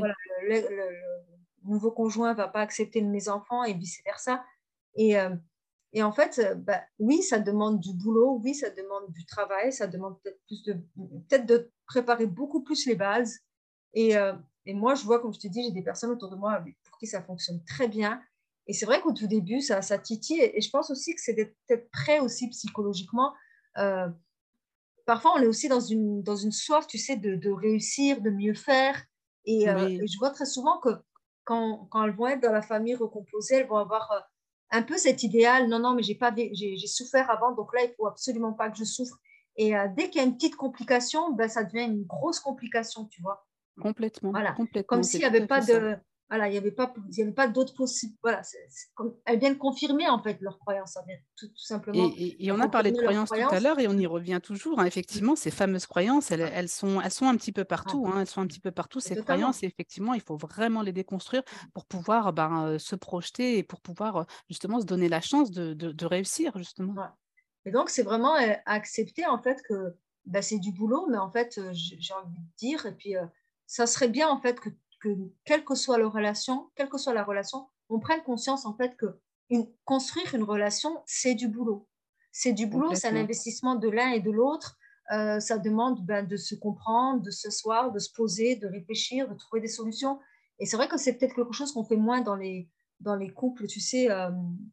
le, le, le nouveau conjoint ne va pas accepter mes enfants et vice-versa. Et, euh, et en fait, euh, bah, oui, ça demande du boulot, oui, ça demande du travail, ça demande peut-être plus de, peut-être de préparer beaucoup plus les bases. Et, euh, et moi, je vois, comme je te dis, j'ai des personnes autour de moi pour qui ça fonctionne très bien. Et c'est vrai qu'au tout début, ça, ça titille. Et, et je pense aussi que c'est d'être peut-être prêt aussi psychologiquement. Euh, parfois, on est aussi dans une, dans une soif, tu sais, de, de réussir, de mieux faire. Et, euh, Oui. et je vois très souvent que quand, quand elles vont être dans la famille recomposée, elles vont avoir euh, un peu cet idéal, non, non, mais j'ai pas, j'ai, j'ai souffert avant, donc là, il faut absolument pas que je souffre. Et euh, dès qu'il y a une petite complication, ben, ça devient une grosse complication, tu vois. Complètement, Voilà. Comme complètement, c'est s'il n'y tout avait à pas fait ça. de, voilà, il y avait pas, il y avait pas d'autres possibles. Voilà, c'est, c'est comme, elles viennent confirmer, en fait, leurs croyances. Ça vient tout, tout Et, simplement et- et on a parlé de confirmer leurs croyances tout à croyances. l'heure et on y revient toujours, hein. Mm. Effectivement, ces fameuses croyances, elles, Ouais. elles sont, elles sont un petit peu Ouais. partout, hein. Elles sont un petit peu partout, Et ces croyances. totalement. Et effectivement, il faut vraiment les déconstruire pour pouvoir ben, euh, se projeter et pour pouvoir euh, justement se donner la chance de, de- de réussir, justement. Ouais. Et donc, c'est vraiment euh, accepter en fait que bah, c'est du boulot, mais en fait, euh, j'ai j'ai envie de dire, et puis euh, ça serait bien en fait que, que quelle que soit la relation, quelle que soit la relation, on prenne conscience en fait que une, construire une relation, c'est du boulot. C'est du boulot, c'est un Complètement. investissement de l'un et de l'autre. Euh, ça demande ben, de se comprendre, de s'asseoir, de se poser, de réfléchir, de trouver des solutions. Et c'est vrai que c'est peut-être quelque chose qu'on fait moins dans les, dans les couples, tu sais. Euh,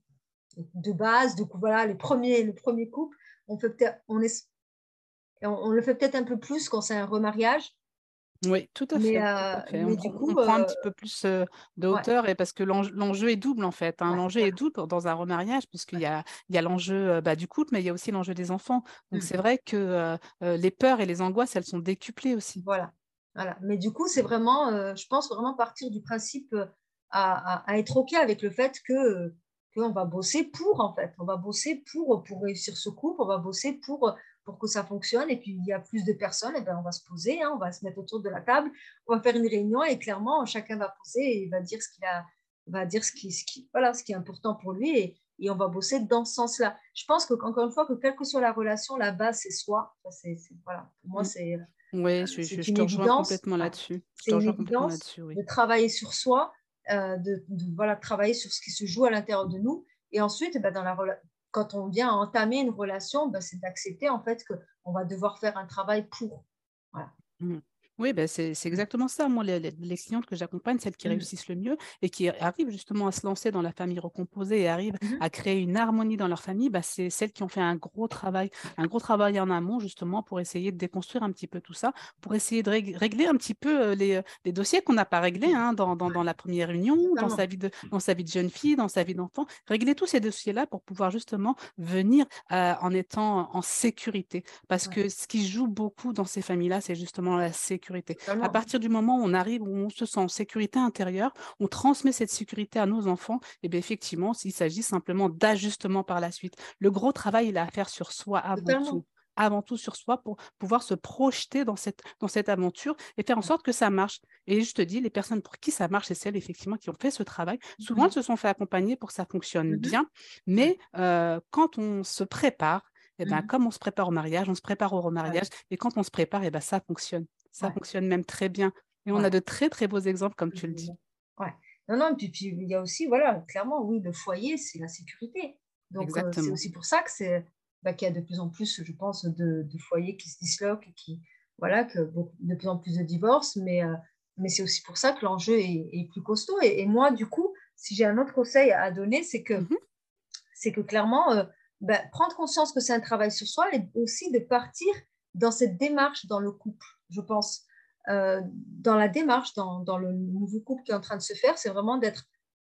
de base, donc voilà, les premiers, le premier couple, on, fait peut-être, on, est, on, on le fait peut-être un peu plus quand c'est un remariage, Oui, tout à mais, fait, tout euh, à fait. On mais du prend, on coup, prend un euh, petit peu plus euh, de ouais, hauteur et parce que l'enjeu l'enjeu est double en fait, hein. ouais, L'enjeu est voilà, double dans un remariage puisqu'il ouais. y a, il y a l'enjeu euh, bah, du couple, mais il y a aussi l'enjeu des enfants. Donc Mm. c'est vrai que euh, euh, les peurs et les angoisses, elles sont décuplées aussi. Voilà, voilà. Mais du coup, c'est vraiment, euh, je pense vraiment partir du principe euh, à, à, à être OK avec le fait que, euh, qu'on va bosser pour, en fait. On va bosser pour, pour réussir ce couple, on va bosser pour, pour que ça fonctionne. Et puis, il y a plus de personnes, et ben, on va se poser, hein, on va se mettre autour de la table, on va faire une réunion et clairement, chacun va poser et va dire ce qu'il a, va dire ce qui, ce qui, voilà, ce qui est important pour lui et, et on va bosser dans ce sens-là. Je pense que, encore une fois, que quelle que soit la relation, la base, c'est soi. Ça, c'est, c'est- voilà, pour moi, Mm. c'est Oui, je, je- c'est je une te rejoins évidence. complètement Ouais. là-dessus. Je C'est te une rejoins complètement évidence là-dessus, oui. de travailler sur soi, euh, de, de, voilà, travailler sur ce qui se joue à l'intérieur de nous. Et ensuite, eh ben, dans la rela- quand on vient à entamer une relation, ben, c'est d'accepter en fait qu'on va devoir faire un travail pour. Voilà. Mm. Oui, ben c'est c'est exactement ça. Moi, les, les- les clientes que j'accompagne, celles qui Mhm. réussissent le mieux et qui arrivent justement à se lancer dans la famille recomposée et arrivent Mhm. à créer une harmonie dans leur famille, ben c'est celles qui ont fait un gros travail, un gros travail en amont justement pour essayer de déconstruire un petit peu tout ça, pour essayer de rég- régler un petit peu euh, les, les dossiers qu'on n'a pas réglés hein, dans, dans, Ouais, dans la première réunion, dans sa totalement. vie de, dans sa vie de jeune fille, dans sa vie d'enfant, régler tous ces dossiers-là pour pouvoir justement venir euh, en étant en sécurité. Parce Ouais, que ce qui joue beaucoup dans ces familles-là, c'est justement la sécurité. À totalement. partir du moment où on arrive, où on se sent en sécurité intérieure, on transmet cette sécurité à nos enfants, et bien effectivement, il s'agit simplement d'ajustement par la suite. Le gros travail, il est à faire sur soi avant tout Totalement. avant tout sur soi pour pouvoir se projeter dans cette, dans cette aventure et faire en Ouais. sorte que ça marche. Et je te dis, les personnes pour qui ça marche, c'est celles effectivement qui ont fait ce travail. Souvent, elles Mhm. se sont fait accompagner pour que ça fonctionne Mhm. bien, Ouais. mais euh, quand on se prépare, eh ben, Mhm. comme on se prépare au mariage, on se prépare au Ouais. remariage, et quand on se prépare, eh ben, ça fonctionne. Ça Ouais. fonctionne même très bien. Et on a Ouais. de très, très beaux exemples, comme tu le dis. Ouais. Non, non, puis, puis il y a aussi, voilà, clairement, oui, le foyer, c'est la sécurité. Donc, euh, c'est Exactement. aussi pour ça que c'est, bah, qu'il y a de plus en plus, je pense, de, de foyers qui se disloquent et qui, voilà, que beaucoup- de plus en plus de divorces, mais, euh, mais c'est aussi pour ça que l'enjeu est, est plus costaud. Et, et moi, du coup, si j'ai un autre conseil à donner, c'est que, Mhm, c'est que clairement, euh, bah, prendre conscience que c'est un travail sur soi et aussi de partir dans cette démarche dans le couple, je pense. Euh, dans la démarche, dans, dans le nouveau couple qui est en train de se faire, c'est vraiment d'être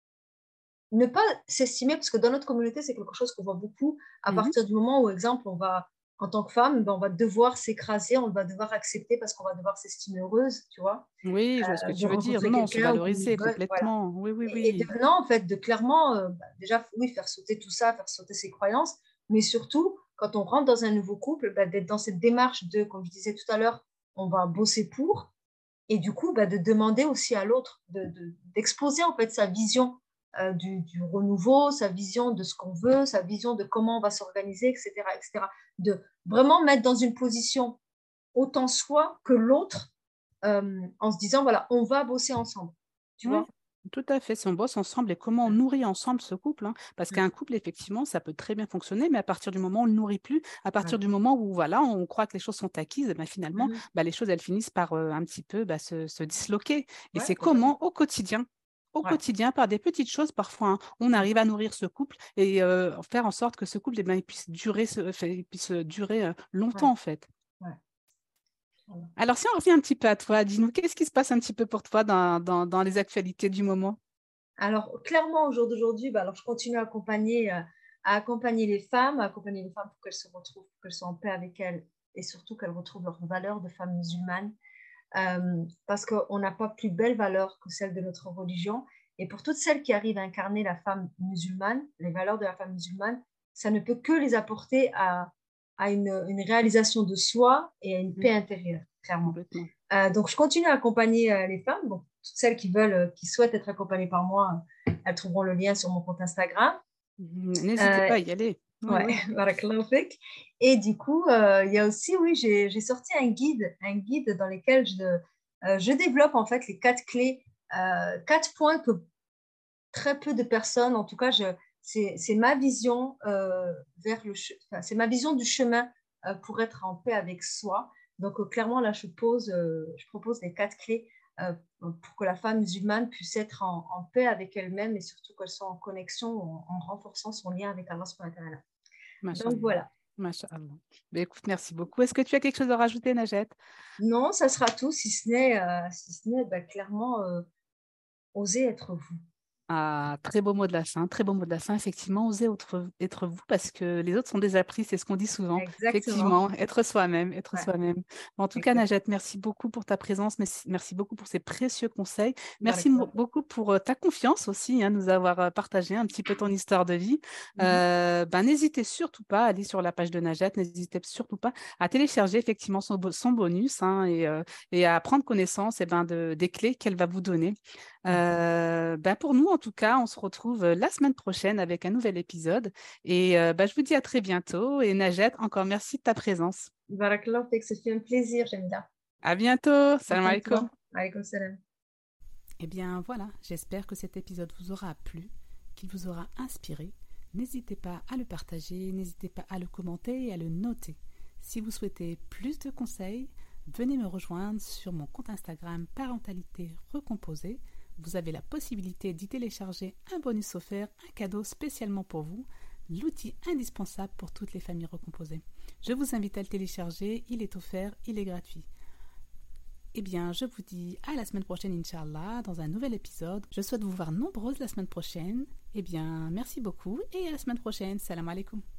ne pas s'estimer, parce que dans notre communauté, c'est quelque chose qu'on voit beaucoup, à mhm. partir du moment où, exemple, on va, en tant que femme, ben, on va devoir s'écraser, on va devoir accepter parce qu'on va devoir s'estimer heureuse, tu vois, Oui, je vois ce que euh, de tu veux dire. rencontrer Non, se quelqu'un ou qu'on valoriser y va, voilà. complètement. Oui, oui, Et, et de oui. non, en fait, de clairement, euh, bah, déjà, oui, faire sauter tout ça, faire sauter ses croyances, mais surtout, quand on rentre dans un nouveau couple, bah, d'être dans cette démarche de, comme je disais tout à l'heure, on va bosser pour, et du coup, bah, de demander aussi à l'autre de, de, d'exposer en fait sa vision euh, du, du renouveau, sa vision de ce qu'on veut, sa vision de comment on va s'organiser, et cetera, et cetera. De vraiment mettre dans une position autant soi que l'autre euh, en se disant, voilà, on va bosser ensemble. tu Oui, vois. tout à fait. Si on bosse ensemble et comment on nourrit ensemble ce couple, hein, parce Mm. qu'un couple, effectivement, ça peut très bien fonctionner, mais à partir du moment où on ne le nourrit plus, à partir Voilà. du moment où voilà, on croit que les choses sont acquises, eh ben, finalement, Mhm. bah, les choses, elles finissent par euh, un petit peu bah, se, se disloquer. Et Ouais, c'est complètement. comment, au quotidien, au Ouais. quotidien, par des petites choses, parfois, hein, on Mm. arrive à nourrir ce couple et euh, faire en sorte que ce couple, eh ben, il puisse durer, ce, fait- il puisse durer euh, Ouais. longtemps, en fait. Ouais. Voilà. Alors, si on revient un petit peu à toi, dis-nous, qu'est-ce qui se passe un petit peu pour toi dans, dans, dans les actualités du moment? Alors, clairement, au jour d'aujourd'hui, bah, alors, je continue à accompagner, euh, à accompagner les femmes, à accompagner les femmes pour qu'elles se retrouvent, pour qu'elles soient en paix avec elles et surtout qu'elles retrouvent leurs valeurs de femmes musulmanes. Euh, parce qu'on n'a pas plus belle valeur que celle de notre religion. Et pour toutes celles qui arrivent à incarner la femme musulmane, les valeurs de la femme musulmane, ça ne peut que les apporter à, à une, une réalisation de soi et à une Mm, paix intérieure, clairement. complètement. Euh, donc, je continue à accompagner euh, les femmes. Donc, toutes celles qui veulent, euh, qui souhaitent être accompagnées par moi, euh, elles trouveront le lien sur mon compte Instagram. N'hésitez Euh, pas à y aller. Oui, ouais, oui. barakallahu fik. Et du coup, euh, il y a aussi, oui, j'ai j'ai sorti un guide, un guide dans lequel je, euh, je développe en fait les quatre clés, euh, quatre points que très peu de personnes, en tout cas, je, c'est, c'est ma vision euh, vers le, che- enfin, c'est ma vision du chemin euh, pour être en paix avec soi. Donc, euh, clairement, là, je pose, euh, je propose les quatre clés euh, pour que la femme musulmane puisse être en, en paix avec elle-même et surtout qu'elle soit en connexion, en, en renforçant son lien avec Allah subhanahu wa ta'ala. Donc, Masha'Allah. voilà. Masha'Allah. Ben, écoute, merci beaucoup. Est-ce que tu as quelque chose à rajouter, Najette? Non, ça sera tout, si ce n'est, euh, si ce n'est bah, clairement euh, oser être vous. Ah, très beau mot de la fin, très beau mot de la fin. Effectivement, osez être, être vous parce que les autres sont déjà pris, c'est ce qu'on dit souvent. Exactement. Effectivement, être soi-même, être Ouais, soi-même. En tout cas, exactement. Najat, merci beaucoup pour ta présence, merci, merci beaucoup pour ces précieux conseils. Merci mo- Barakallahu. beaucoup pour euh, ta confiance aussi, hein, nous avoir euh, partagé un petit peu ton histoire de vie. Mhm. Euh, ben, n'hésitez surtout pas à aller sur la page de Najat, n'hésitez surtout pas à télécharger effectivement son, bo- son bonus hein, et, euh, et à prendre connaissance eh ben, de, des clés qu'elle va vous donner. Ouais. Euh, bah pour nous, en tout cas, on se retrouve euh, la semaine prochaine avec un nouvel épisode. Et euh, bah, je vous dis à très bientôt. Et Najat, encore merci de ta présence. Barakallahu fik, ça fait un plaisir, j'aime bien. À bientôt. Prends Salam soin de alaikum. toi. Alaykoum salam. Eh bien voilà, j'espère que cet épisode vous aura plu, qu'il vous aura inspiré. N'hésitez pas à le partager, n'hésitez pas à le commenter et à le noter. Si vous souhaitez plus de conseils, venez me rejoindre sur mon compte Instagram Parentalité Recomposée. Vous avez la possibilité d'y télécharger un bonus offert, un cadeau spécialement pour vous, l'outil indispensable pour toutes les familles recomposées. Je vous invite à le télécharger, il est offert, il est gratuit. Eh bien, je vous dis à la semaine prochaine, Inch'Allah, dans un nouvel épisode. Je souhaite vous voir nombreuses la semaine prochaine. Eh bien, merci beaucoup et à la semaine prochaine. Salam alaikum.